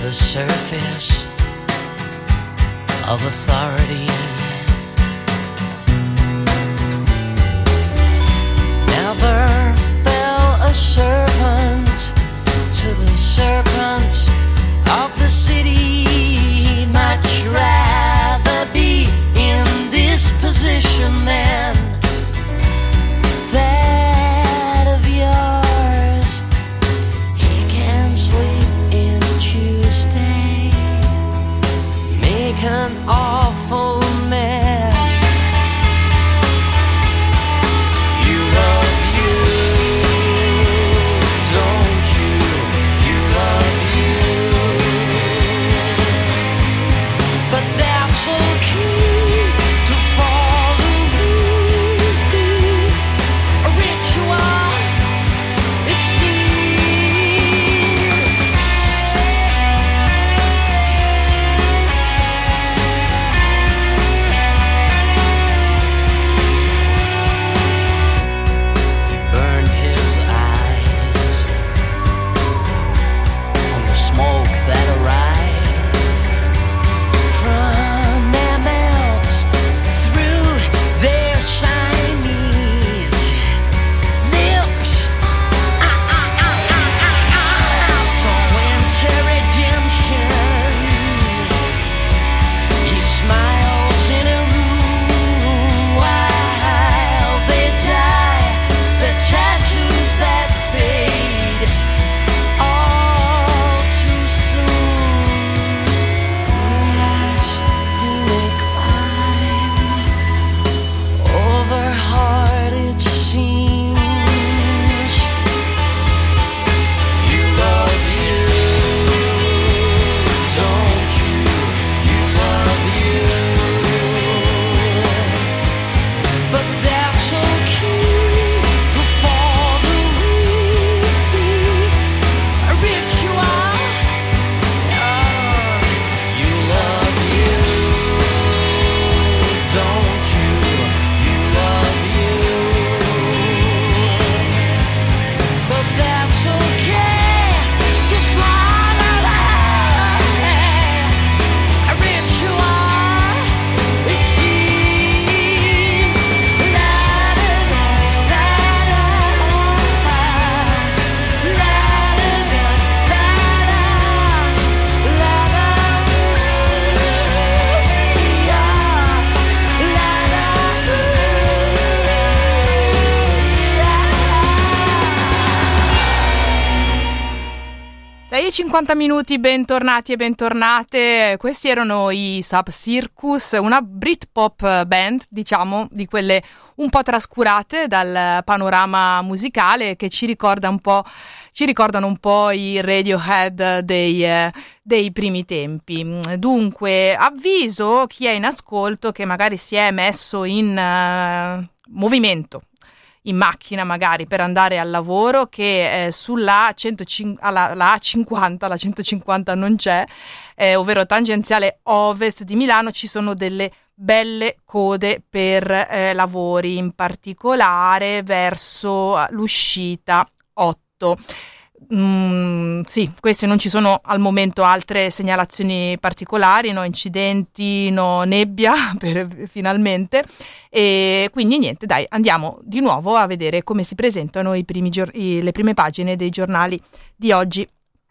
the surface of authority. Never fell a servant to the serpents of the city. Much rather be in this position than that of yours. He can sleep in Tuesday, make an awful mess. You love you, don't you? You love you, but that's okay to follow a ritual, it seems. He burned his eyes on the smoke that arrived from their mouths through their Chinese lips. So into redemption, he smiles in a room while they die. The tattoos that fade all too soon. As they climb over hard, it seems. You love you, don't you? You love you, but that's okay to follow a ritual. You love you, don't you? You love you, but that's okay to follow a ritual, it seems. La da da da da, la da da da da, la da Dai 50 minuti, bentornati e bentornate. Questi erano i Sub Circus, una Britpop band, diciamo, di quelle un po' trascurate dal panorama musicale, che ci ricordano un po' i Radiohead dei primi tempi. Dunque, avviso chi è in ascolto che magari si è messo in movimento in macchina magari per andare al lavoro, che sulla la A50, la 150 non c'è, ovvero tangenziale ovest di Milano, ci sono delle belle code per lavori, in particolare verso l'uscita 8. Sì, queste non ci sono al momento altre segnalazioni particolari, no incidenti, no nebbia finalmente, e quindi niente, dai, andiamo di nuovo a vedere come si presentano le prime pagine dei giornali di oggi.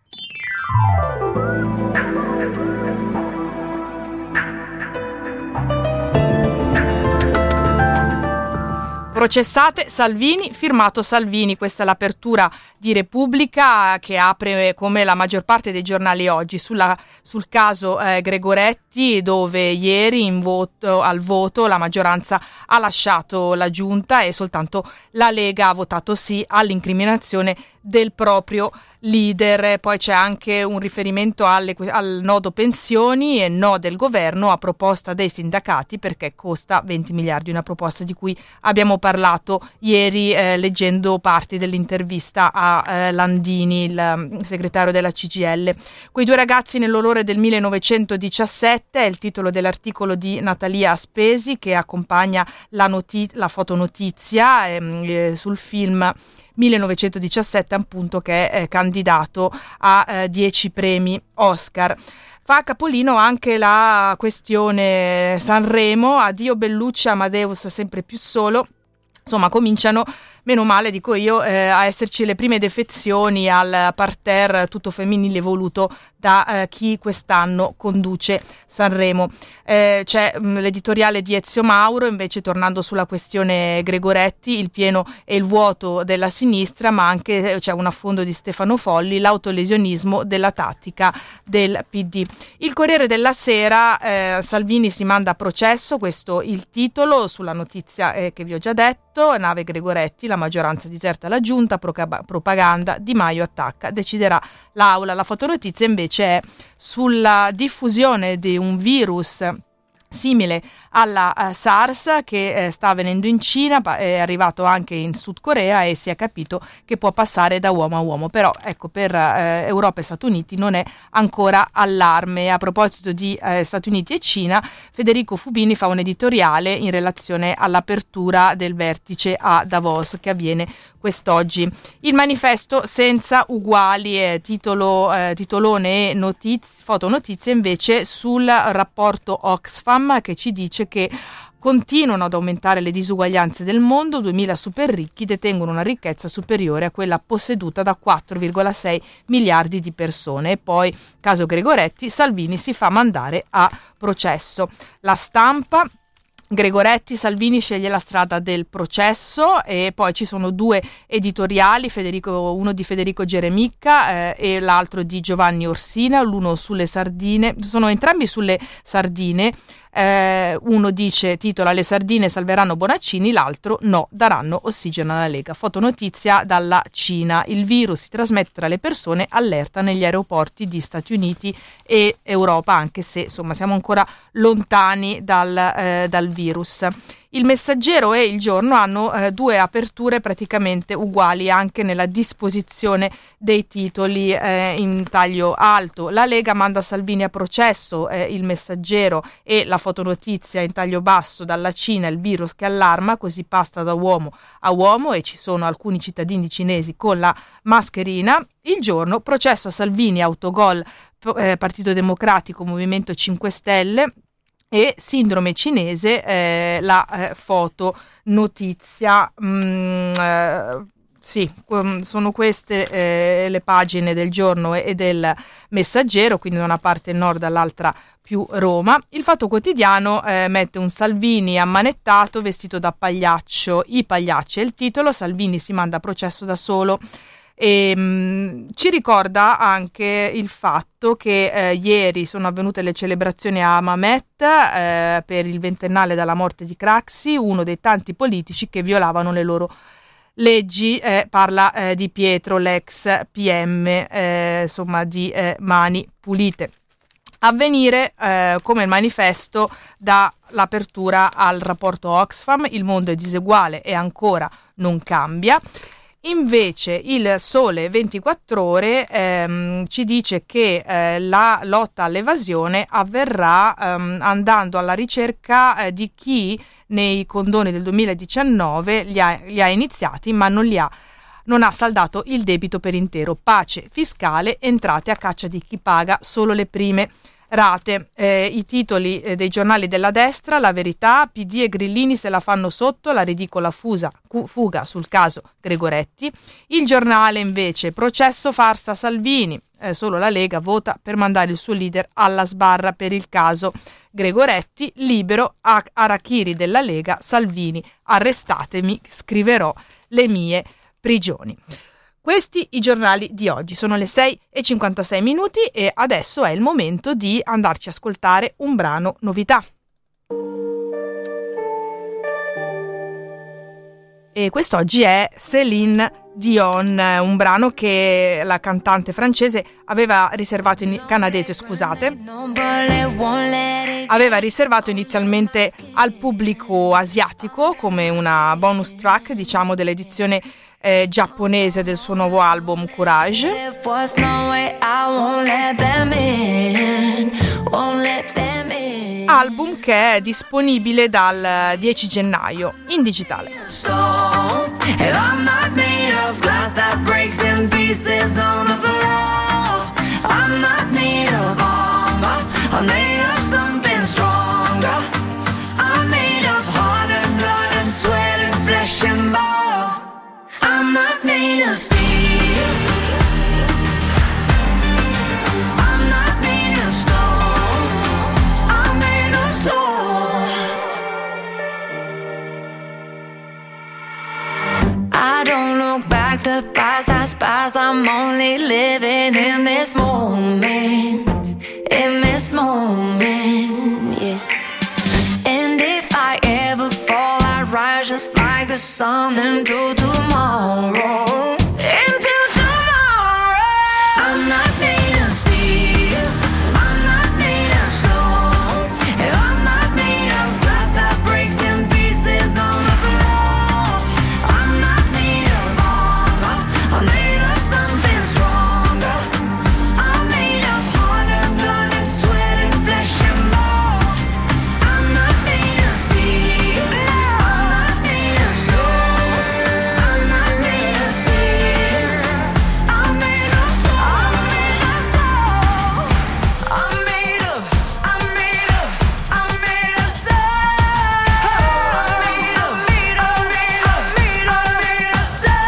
Processate Salvini, firmato Salvini. Questa è l'apertura di Repubblica, che apre come la maggior parte dei giornali oggi sul caso Gregoretti, dove ieri al voto la maggioranza ha lasciato la giunta e soltanto la Lega ha votato sì all'incriminazione del proprio leader. Poi c'è anche un riferimento al nodo pensioni e no del governo a proposta dei sindacati, perché costa 20 miliardi, una proposta di cui abbiamo parlato ieri leggendo parti dell'intervista a Landini, il segretario della CGIL. Quei due ragazzi nell'orrore del 1917 è il titolo dell'articolo di Natalia Aspesi, che accompagna la fotonotizia sul film 1917, appunto, che è candidato a 10 premi Oscar. Fa capolino anche la questione Sanremo, addio Bellucci, Amadeus sempre più solo. Insomma, cominciano, meno male dico io, a esserci le prime defezioni al parterre tutto femminile voluto da chi quest'anno conduce Sanremo. C'è l'editoriale di Ezio Mauro, invece, tornando sulla questione Gregoretti, il pieno e il vuoto della sinistra, ma anche c'è un affondo di Stefano Folli, l'autolesionismo della tattica del PD. Il Corriere della Sera, Salvini si manda a processo, questo il titolo sulla notizia che vi ho già detto, nave Gregoretti, la maggioranza diserta la giunta, propaganda, Di Maio attacca, deciderà l'Aula. La fotonotizia invece è sulla diffusione di un virus simile alla SARS che sta avvenendo in Cina, è arrivato anche in Sud Corea e si è capito che può passare da uomo a uomo, però ecco, per Europa e Stati Uniti non è ancora allarme. A proposito di Stati Uniti e Cina, Federico Fubini fa un editoriale in relazione all'apertura del vertice a Davos che avviene quest'oggi. Il manifesto senza uguali, titolone e fotonotizie invece sul rapporto Oxfam che ci dice che continuano ad aumentare le disuguaglianze del mondo, 2000 super ricchi detengono una ricchezza superiore a quella posseduta da 4,6 miliardi di persone. E poi, caso Gregoretti, Salvini si fa mandare a processo. La Stampa, Gregoretti, Salvini sceglie la strada del processo, e poi ci sono due editoriali, uno di Federico Geremicca e l'altro di Giovanni Orsina, l'uno sulle sardine, sono entrambi sulle sardine. Uno titola "Le sardine salveranno Bonaccini", l'altro "No, daranno ossigeno alla Lega". Fotonotizia dalla Cina: il virus si trasmette tra le persone, allerta negli aeroporti di Stati Uniti e Europa, anche se insomma siamo ancora lontani dal virus. Il Messaggero e Il Giorno hanno due aperture praticamente uguali anche nella disposizione dei titoli in taglio alto. La Lega manda Salvini a processo, Il Messaggero, e la fotonotizia in taglio basso: dalla Cina il virus che allarma, così passa da uomo a uomo e ci sono alcuni cittadini cinesi con la mascherina. Il Giorno: processo a Salvini, autogol, Partito Democratico, Movimento 5 Stelle e sindrome cinese, la foto notizia. Sì, sono queste le pagine del Giorno e del Messaggero, quindi da una parte il nord, dall'altra più Roma. Il Fatto Quotidiano mette un Salvini ammanettato vestito da pagliaccio, i pagliacci è il titolo, Salvini si manda a processo da solo. E ci ricorda anche il fatto che ieri sono avvenute le celebrazioni a Mamet per il ventennale dalla morte di Craxi, uno dei tanti politici che violavano le loro leggi. Parla di Pietro, l'ex PM, insomma di Mani Pulite. Avvenire, come il manifesto, dà l'apertura al rapporto Oxfam: il mondo è diseguale e ancora non cambia. Invece il Sole 24 Ore ci dice che la lotta all'evasione avverrà andando alla ricerca di chi nei condoni del 2019 li ha iniziati ma non ha saldato il debito per intero. Pace fiscale, entrate a caccia di chi paga solo le prime rate. I titoli dei giornali della destra: La Verità, PD e Grillini se la fanno sotto, la ridicola fuga sul caso Gregoretti. Il Giornale invece: processo farsa Salvini, solo la Lega vota per mandare il suo leader alla sbarra per il caso Gregoretti. Libero: Arachiri della Lega, Salvini arrestatemi, scriverò le mie prigioni. Questi i giornali di oggi. Sono le 6:56 e adesso è il momento di andarci a ascoltare un brano novità. E quest'oggi è Céline Dion, un brano che la cantante francese aveva riservato aveva riservato inizialmente al pubblico asiatico come una bonus track, diciamo, dell'edizione giapponese del suo nuovo album Courage, album che è disponibile dal 10 gennaio in digitale. that breaks in pieces on the floor. I'm not made of armor, I'm made of something stronger. I'm made of heart and blood and sweat and flesh and bone. I'm not made of steel, I'm not made of stone, I'm made of soul. I don't look back, the past has passed. I'm only living in this moment, in this moment, yeah. And if I ever fall, I rise just like the sun into tomorrow, into tomorrow. I'm not made of steel, I'm not made of stone, and I'm not made of glass that breaks in pieces on the floor. I'm not made of armor, I'm made of something stronger. I'm made of heart and blood and sweat and flesh and bone. I'm not made of steel, I'm not made of stone, I'm not made of steel, I'm made of soul, I'm made of soul. I'm made of soul. I'm made of soul.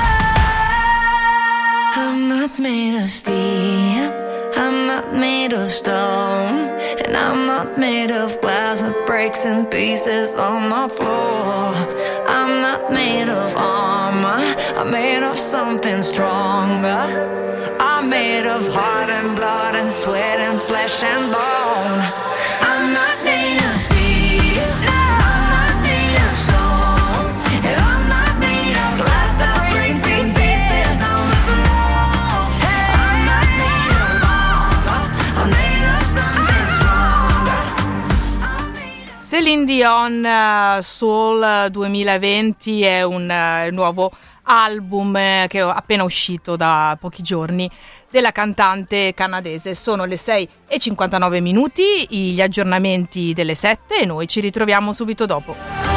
I'm not made of steel, I'm not made of stone, and I'm not made of glass that breaks in pieces on the floor. I'm not made of armor, I'm made of something stronger. I'm made of heart and blood and sweat and flesh and bone. I'm not made of steel, I'm not made of stone, and I'm not made of glass that breaks in pieces on the floor. I'm not made of armor, I'm made of something stronger. I'm made of Céline Dion, Soul 2020 è un nuovo album che è appena uscito da pochi giorni della cantante canadese. Sono le 6:59 minuti, gli aggiornamenti delle 7 e noi ci ritroviamo subito dopo.